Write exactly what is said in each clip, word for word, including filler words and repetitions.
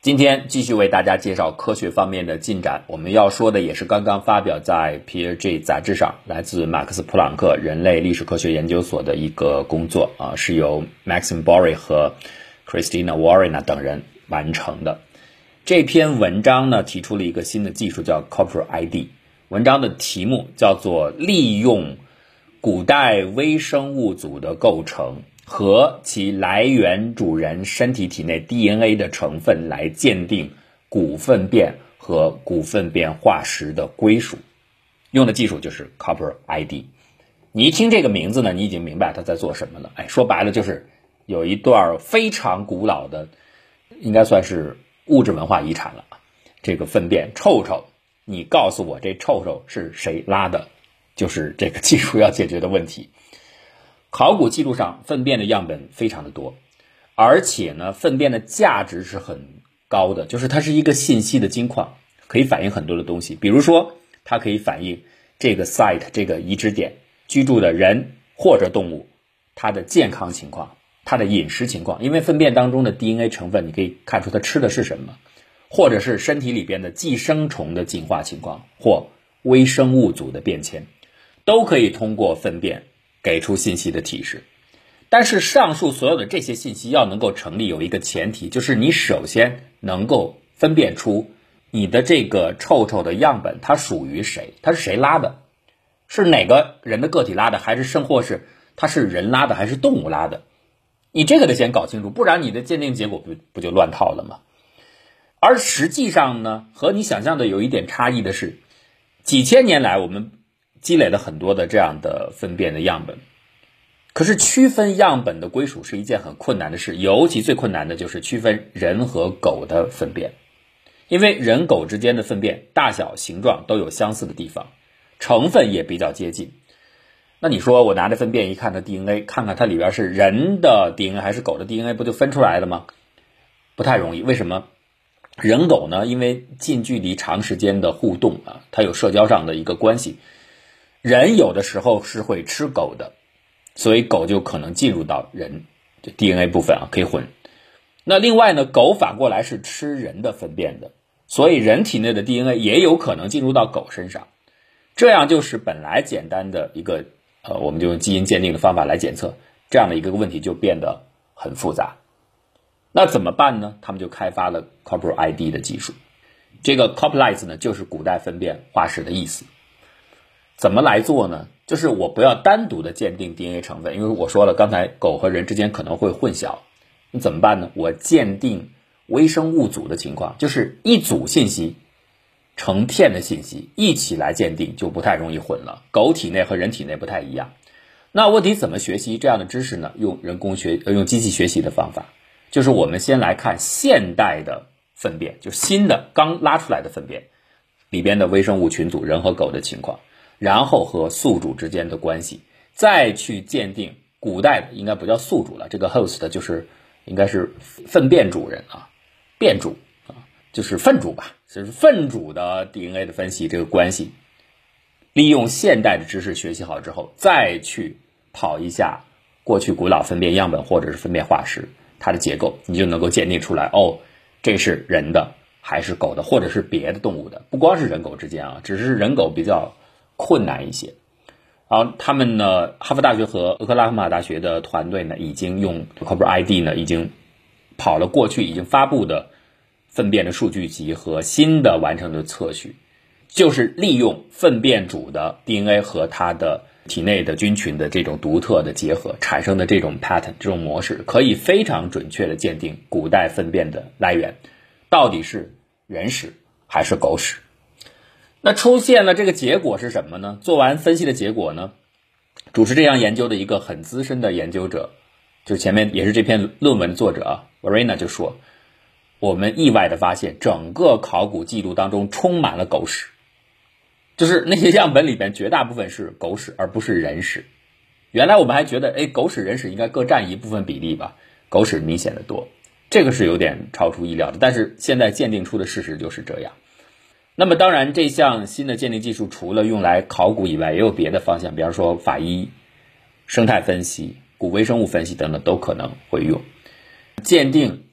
今天继续为大家介绍科学方面的进展，我们要说的也是刚刚发表在 P R G 杂志上，来自马克思普朗克人类历史科学研究所的一个工作啊，是由 Maxim Bory 和 Christina Warriner 等人完成的。这篇文章呢提出了一个新的技术叫 Corpora I D， 文章的题目叫做利用古代微生物组的构成和其来源主人身体体内 D N A 的成分来鉴定古粪便和古粪便化石的归属，用的技术就是 Corpora I D。 你一听这个名字呢，你已经明白它在做什么了。哎，说白了就是有一段非常古老的，应该算是物质文化遗产了。这个粪便臭臭，你告诉我这臭臭是谁拉的，就是这个技术要解决的问题。考古记录上粪便的样本非常的多，而且呢粪便的价值是很高的，就是它是一个信息的金矿，可以反映很多的东西。比如说它可以反映这个 site 这个遗址点居住的人或者动物它的健康情况，它的饮食情况，因为粪便当中的 D N A 成分你可以看出它吃的是什么，或者是身体里边的寄生虫的进化情况或微生物组的变迁，都可以通过粪便给出信息的提示。但是上述所有的这些信息要能够成立，有一个前提，就是你首先能够分辨出你的这个臭臭的样本它属于谁，它是谁拉的，是哪个人的个体拉的，还是甚或是它是人拉的还是动物拉的，你这个得先搞清楚，不然你的鉴定结果不不就乱套了吗？而实际上呢，和你想象的有一点差异的是，几千年来我们积累了很多的这样的粪便的样本，可是区分样本的归属是一件很困难的事，尤其最困难的就是区分人和狗的粪便。因为人狗之间的粪便大小形状都有相似的地方，成分也比较接近。那你说我拿着粪便一看它 D N A， 看看它里边是人的 D N A 还是狗的 D N A， 不就分出来了吗？不太容易。为什么？人狗呢，因为近距离长时间的互动啊，它有社交上的一个关系，人有的时候是会吃狗的，所以狗就可能进入到人这 D N A 部分啊，可以混。那另外呢，狗反过来是吃人的粪便的，所以人体内的 D N A 也有可能进入到狗身上，这样就使本来简单的一个呃，我们就用基因鉴定的方法来检测，这样的一个问题就变得很复杂。那怎么办呢？他们就开发了 Corpora I D 的技术。这个 Coprolites 呢，就是古代粪便化石的意思。怎么来做呢？就是我不要单独的鉴定 D N A 成分，因为我说了，刚才狗和人之间可能会混淆。你怎么办呢？我鉴定微生物组的情况，就是一组信息成片的信息一起来鉴定，就不太容易混了。狗体内和人体内不太一样。那问题怎么学习这样的知识呢？用人工学呃用机器学习的方法，就是我们先来看现代的粪便，就是新的刚拉出来的粪便里边的微生物群组人和狗的情况，然后和宿主之间的关系，再去鉴定古代的，应该不叫宿主了，这个 host 就是应该是粪便主人啊，便主啊，就是粪主吧，就是粪主的 D N A 的分析这个关系，利用现代的知识学习好之后，再去跑一下过去古老粪便样本或者是粪便化石，它的结构你就能够鉴定出来，哦，这是人的还是狗的，或者是别的动物的，不光是人狗之间啊，只是人狗比较困难一些。然后他们呢，哈佛大学和俄克拉荷马大学的团队呢，已经用 Corpora I D 呢，已经跑了过去已经发布的粪便的数据集和新的完成的测序，就是利用粪便主的 D N A 和它的体内的菌群的这种独特的结合产生的这种 pattern 这种模式，可以非常准确的鉴定古代粪便的来源到底是人屎还是狗屎。那出现了这个结果是什么呢？做完分析的结果呢，主持这项研究的一个很资深的研究者，就是前面也是这篇论文的作者啊 Warriner 就说，我们意外的发现整个考古记录当中充满了狗屎，就是那些样本里边绝大部分是狗屎而不是人屎。原来我们还觉得哎，狗屎人屎应该各占一部分比例吧，狗屎明显的多，这个是有点超出意料的，但是现在鉴定出的事实就是这样。那么当然这项新的鉴定技术除了用来考古以外，也有别的方向，比方说法医、生态分析、古微生物分析等等都可能会用。鉴定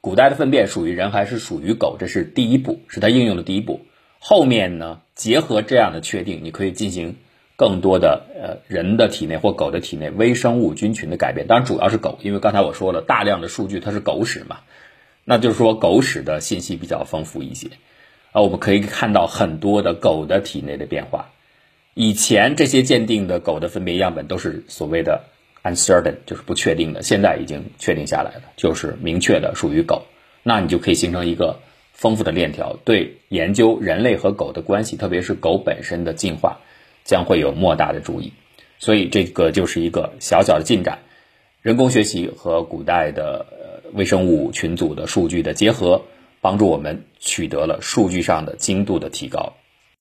古代的粪便属于人还是属于狗，这是第一步，是它应用的第一步。后面呢，结合这样的确定，你可以进行更多的呃人的体内或狗的体内微生物菌群的改变，当然主要是狗，因为刚才我说了大量的数据它是狗屎嘛，那就是说狗屎的信息比较丰富一些啊，我们可以看到很多的狗的体内的变化。以前这些鉴定的狗的粪便样本都是所谓的 uncertain， 就是不确定的，现在已经确定下来了，就是明确的属于狗，那你就可以形成一个丰富的链条，对研究人类和狗的关系，特别是狗本身的进化将会有莫大的注意。所以这个就是一个小小的进展，人工学习和古代的微生物群组的数据的结合，帮助我们取得了数据上的精度的提高。